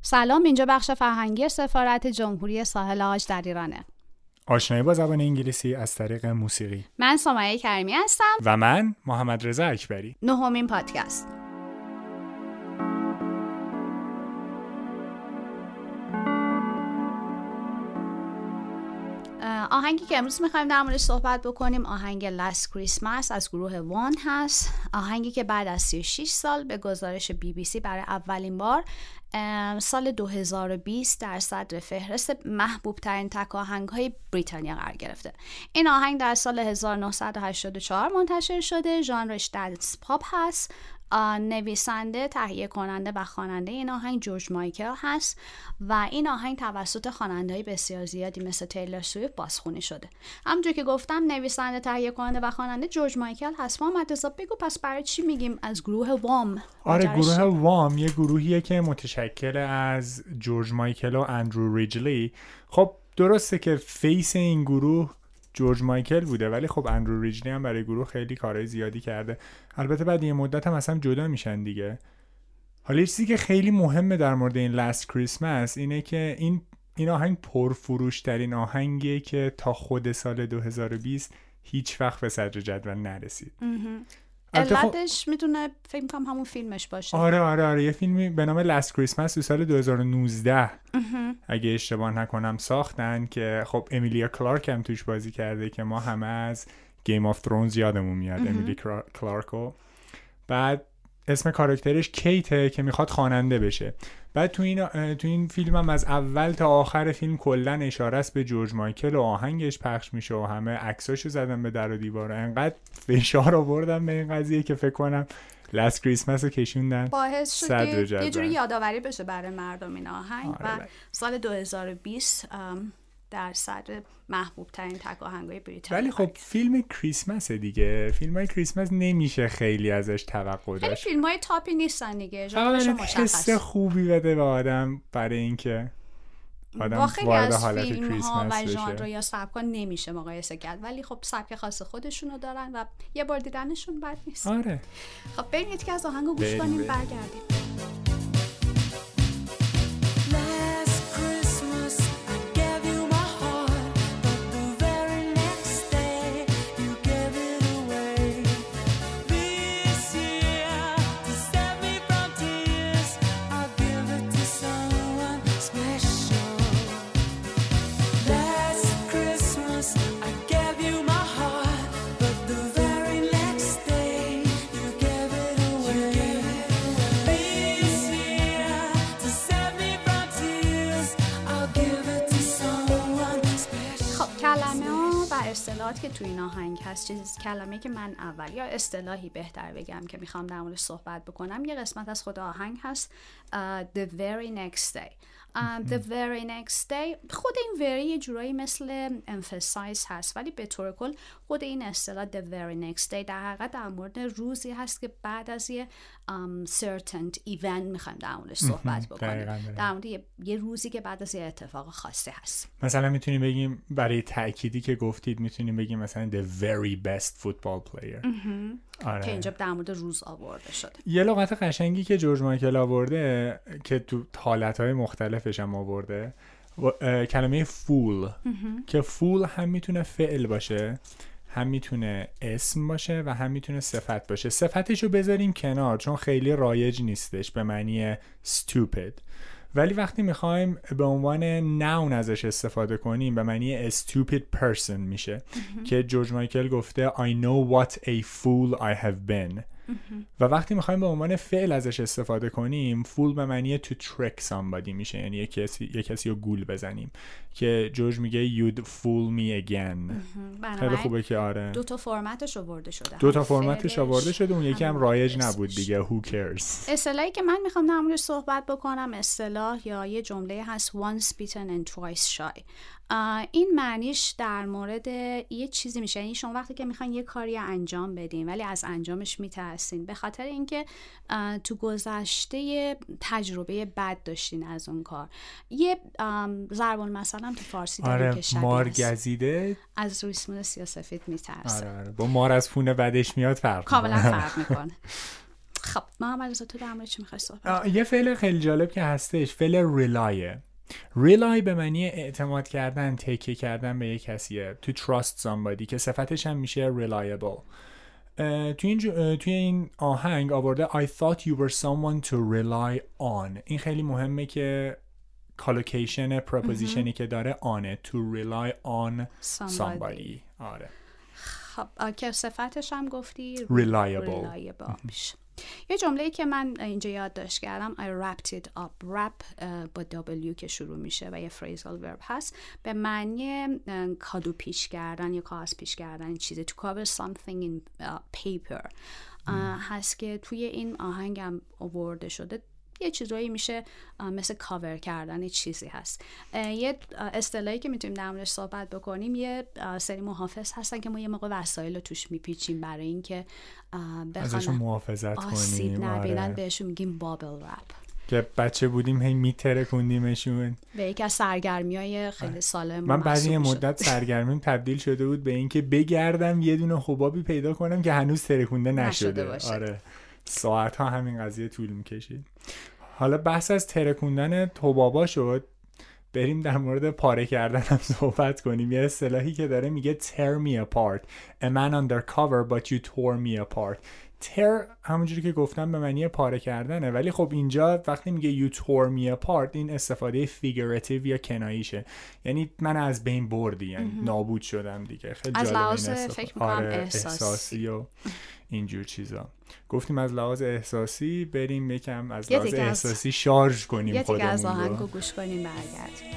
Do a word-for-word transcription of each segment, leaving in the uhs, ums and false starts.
سلام، اینجا بخش فرهنگی سفارت جمهوری ساحل عاج در ایرانه. آشنایی با زبان انگلیسی از طریق موسیقی. من سمیه کریمی هستم و من محمد رضا اکبری. نهمین پادکست. آهنگی که امروز میخوایم در موردش صحبت بکنیم آهنگ Last Christmas از گروه وان هست. آهنگی که بعد از سی و شش سال به گزارش بی بی سی برای اولین بار سال دو هزار و بیست در صدر فهرست محبوب ترین تک آهنگ های بریتانیا قرار گرفته. این آهنگ در سال هزار و نهصد و هشتاد و چهار منتشر شده. ژانرش دنس پاپ هست. نویسنده، تهیه کننده و خواننده این آهنگ جورج مایکل هست و این آهنگ توسط خواننده‌های بسیار زیادی مثل تیلر سویفت بازخوانی شده. همونجور که گفتم نویسنده، تهیه کننده و خواننده جورج مایکل هست. محمد رضا بگو پس برای چی میگیم از گروه وام؟ آره، گروه وام یه گروهیه که متشکل از جورج مایکل و اندرو ریجلی. خب درسته که فیس این گروه جورج مایکل بوده، ولی خب اندرو ریجلی هم برای گروه خیلی کارهای زیادی کرده. البته بعد یه مدت هم اصلا جدا میشن دیگه. حالا چیزی که خیلی مهمه در مورد این لاست کریسمس اینه که این این آهنگ پرفروش ترین آهنگیه که تا خود سال دو هزار و بیست هیچ وقت به صدر جدول نرسید. علتش خب... میتونه فکر کنم همون فیلمش باشه. آره آره آره یه فیلمی به نام لاست کریسمس تو سال دو هزار و نوزده اگه اشتباه نکنم ساختن که خب امیلیا کلارک هم توش بازی کرده که ما همه از گیم آف ترونز یادمون میاد. امیلی کلارکو. بعد اسم کاراکترش کیته که میخواد خواننده بشه. بعد تو این تو این فیلم هم از اول تا آخر فیلم کلا اشاره است به جورج مایکل و آهنگش پخش میشه و همه عکساشو زدن به در و دیوار. انقدر فشار آوردن به این قضیه که فکر کنم لاست کریسمس رو کشوندن باعث شد که یه جوری یادآوری بشه برای مردم این آهنگ. آره و سال دو هزار و بیست در صدر محبوب ترین تک آهنگای بریتانیا. ولی خب فیلم کریسمس دیگه، فیلم های کریسمس نمیشه خیلی ازش توقع داشت. خیلی فیلم های تاپی نیستن دیگه، ژانرشون مشخص. حس خوبی بده به آدم برای اینکه آدم وارد حالت کریسمس بشه. و ژانر یا سبکا نمیشه مقایسه کرد، ولی خب سبک خاص خودشونو دارن و یه بار دیدنشون بد نیست. آره. خب بریم یکی از آهنگو گوش کنیم برگردیم. اصطلاحاتی که تو این آهنگ هست، چیزی کلمه‌ای که من اول یا اصطلاحی بهتر بگم که میخوام در موردش صحبت بکنم، یه قسمت از خود آهنگ هست uh, The very next day. Um, the very next day. خود این very یه جورایی مثل emphasize هست، ولی به طور کل خود این اصطلاح the very next day در حقیقت در مورد روزی هست که بعد از یه um, certain event میخوایم در موردش صحبت بکنیم. در مورد یه،, یه روزی که بعد از یه اتفاق خاصی هست. مثلا میتونیم بگیم برای تأکیدی که گفتید میتونیم بگیم مثلا the very best football player. آره. که اینجا در مورد روز آورده شده. یه لغت قشنگی که جورج مایکل آورده که تو حالتهای مختلفش هم آورده کلمه فول که فول هم میتونه فعل باشه، هم میتونه اسم باشه و هم میتونه صفت باشه. صفتشو بذاریم کنار چون خیلی رایج نیستش به معنی stupid، ولی وقتی میخوایم به عنوان نون ازش استفاده کنیم به معنی a stupid person میشه که جورج مایکل گفته I know what a fool I have been. و وقتی میخوایم به عنوان فعل ازش استفاده کنیم فول به معنی to trick somebody میشه، یعنی یک کسی یک کسی رو گول بزنیم که جورج میگه you'd fool me again. خیلی خوبه که آره دو تا فرمتش آورده شده، دو تا فرمتش آورده شده، اون یکی هم رایج نبود دیگه. who cares. اصطلاحی که من میخوام در موردش صحبت بکنم اصطلاح یا یه جمله هست once bitten and twice shy. این معنیش در مورد یه چیزی میشه، یعنی شما وقتی که میخواین یه کاری انجام بدین ولی از انجامش میترسین به خاطر اینکه تو گذشته تجربه بد داشتین از اون کار. یه ضرب المثل هم تو فارسی داریم آره، که شبیه مار گزیده از ریسمون سیاه‌سفید میترسه. آره آره با مار از فونه بدش میاد فرق کاملا فرق میکنه. خب محمد رضا تو در مورد چی می‌خوای صحبت یه فعل خیلی جالب که هستش، فعل ریلایه. ریلای به معنی اعتماد کردن، تکیه کردن به یک کسیه. تو trust somebody که صفتش هم میشه reliable. توی این, جو... توی این آهنگ آورده I thought you were someone to rely on. این خیلی مهمه که کالوکیشن پرپوزیشنی که داره آنه، to rely on somebody, somebody. آره. خب که صفتش هم گفتی reliable, reliable میشه. یه جمله‌ای که من اینجا یادداشت کردم I wrapped it up. wrap با W که شروع میشه و یه phrasal verb هست به معنی کادو پیش کردن یا کاغذ پیش کردن این چیزی. to cover something in uh, paper uh, هست که توی این آهنگ هم آورده شده. یه چیزایی میشه مثل کاور کردن چیزی هست. یه اصطلاحی که میتونیم در موردش صحبت بکنیم، یه سری محافظ هستن که ما یه موقع وسایل رو توش میپیچیم برای اینکه ازشون محافظت کنیم، آسیب نبینن. بهشون میگیم بابل رپ. که بچه بودیم هی میترکوندیمشون به یکی از سرگرمیای خیلی سالم. من بعد یه مدت سرگرمیم تبدیل شده بود به اینکه بگردم یه دونه حبابی پیدا کنم که هنوز ترکونده نشده. آره ساعت ها همین قضیه طول میکشید. حالا بحث از ترکوندن حبابا شد، بریم در مورد پاره کردن هم صحبت کنیم. یه اصطلاحی که داره میگه tear me apart. A man undercover but you tore me apart. tear همونجوری که گفتم به معنی پاره کردنه، ولی خب اینجا وقتی میگه you tore me apart این استفاده figurative یا کناییشه، یعنی من از بین بردی، یعنی نابود شدم دیگه. خیلی از جالب لحاظ این استفاده. فکر میکنم آره احساسی. احساسی و اینجور چیزا. گفتیم از لحاظ احساسی، بریم یکم از لحاظ احساسی شارژ کنیم خودمون رو. یه دیگه از آهنگو گوش کنیم برگردیم.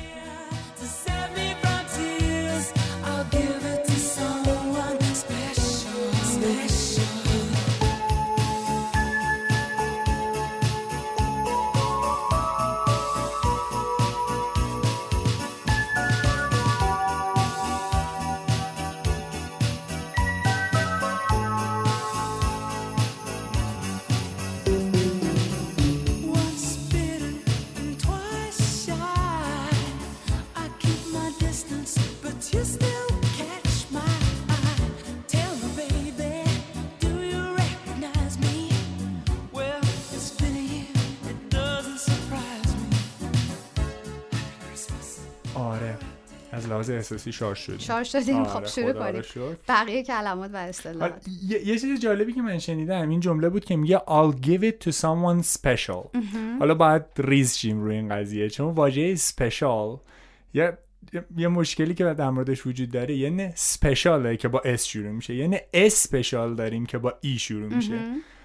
از لحاظ احساسی شارژ شدیم. شارژ شدیم. خب شروع کنیم بقیه کلمات و اصطلاحات. یه،, یه چیز جالبی که من شنیدم این جمله بود که میگه I'll give it to someone special. حالا باید ریز شیم روی این قضیه، چون واژه special یه یه مشکلی که در موردش وجود داره، یعنی special که با اس شروع میشه، یعنی اسپشال داریم که با ای شروع میشه.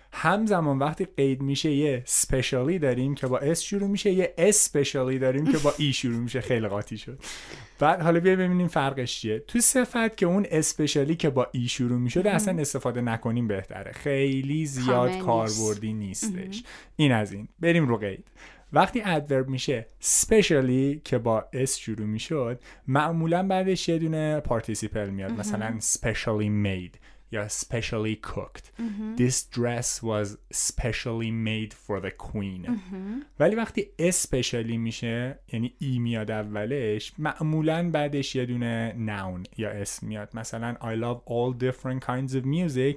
همزمان وقتی قید میشه یه سپشالی داریم که با اس شروع میشه، یه اسپشالی داریم که با ای شروع میشه. خیلی قاطی شد. بعد حالا بیا ببینیم فرقش چیه. تو صفت که اون اسپشالی که با ای شروع میشده اصلا استفاده نکنیم بهتره، خیلی زیاد کاربردی نیستش. این از این. بریم رو قید. وقتی ادورب میشه specially که با اس شروع میشد، معمولا بعدش یه دونه participle میاد، مثلا specially made یا specially cooked. mm-hmm. This dress was specially made for the queen. mm-hmm. ولی وقتی especially میشه، یعنی ای میاد اولش، معمولاً بعدش یه دونه noun یا اسم میاد، مثلا I love all different kinds of music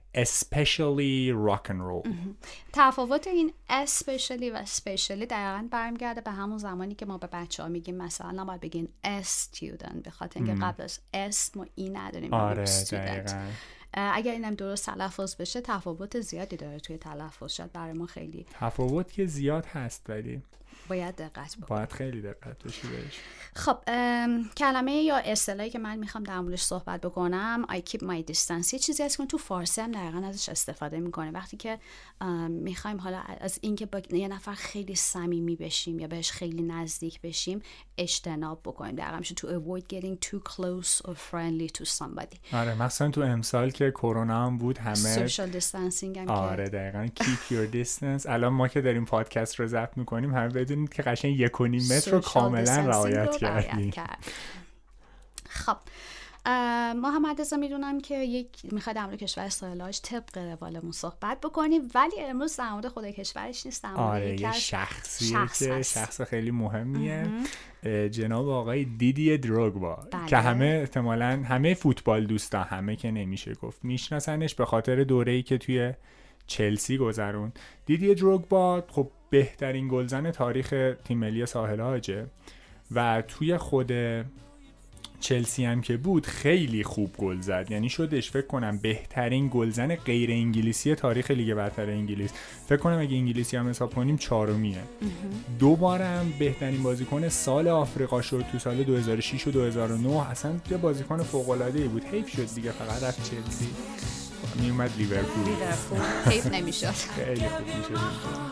especially rock and roll. mm-hmm. تفاوت این especially و specially دقیقاً برمیگرده به همون زمانی که ما به بچه ها میگیم مثلا باید بگین a student، به خاطر اینکه قبل از اس ما ای نداریم. آره دقیقاً. اگر اینم درست تلفظ بشه تفاوت زیادی داره توی تلفظ، شاید برای ما خیلی تفاوت که زیاد هست ولی باید دقت بکنیم. باید خیلی دقت بشی بهش. خب کلمه یا اصطلاحی که من میخوام در موردش صحبت بکنم I keep my distance یه چیزی هست که تو فارسی هم دقیقاً ازش استفاده میکنه وقتی که میخوایم حالا از اینکه با یه نفر خیلی صمیمی بشیم یا بهش خیلی نزدیک بشیم اجتناب بکنیم. دقیقاً میشه to avoid getting too close or friendly to somebody. آره مثلا تو امسال که کرونا هم بود همه social distancing هم آره دقیقاً keep your distance. الان ما که داریم پادکست رو ضبط میکنیم همه بدونید که قشنگ یک و نیم متر رو کاملا رعایت کردیم. خب محمد رضا میدونم که یک میخواد در مورد کشور استایلاش طبق روالمون صحبت بکنیم، ولی امروز در مورد خود کشورش نیست، در مورد آره یه شخصیه که شخص خیلی مهمیه، جناب آقای دیدی دروگبا. بله. که همه احتمالاً همه فوتبال دوستا، همه که نمیشه گفت میشناسنش به خاطر دوره‌ای که توی چلسی گذرون. دیدیه دروگبا خب بهترین گلزن تاریخ تیم ملی ساحل عاجه و توی خود چلسی هم که بود خیلی خوب گل زد، یعنی شدش فکر کنم بهترین گلزن غیر انگلیسی تاریخ لیگ برتر انگلیس. فکر کنم اگه انگلیسی هم حساب کنیم چهارمیه. دو بارم بهترین بازیکن سال آفریقا شد تو سال دو هزار و شش و دو هزار و نه. اصلا یه بازیکن فوق العاده ای بود. حیف شد دیگه فقط رفت چلسی، می اومد لیورپول. لیورپول حیف نمیشد. خیلی خوب میشد.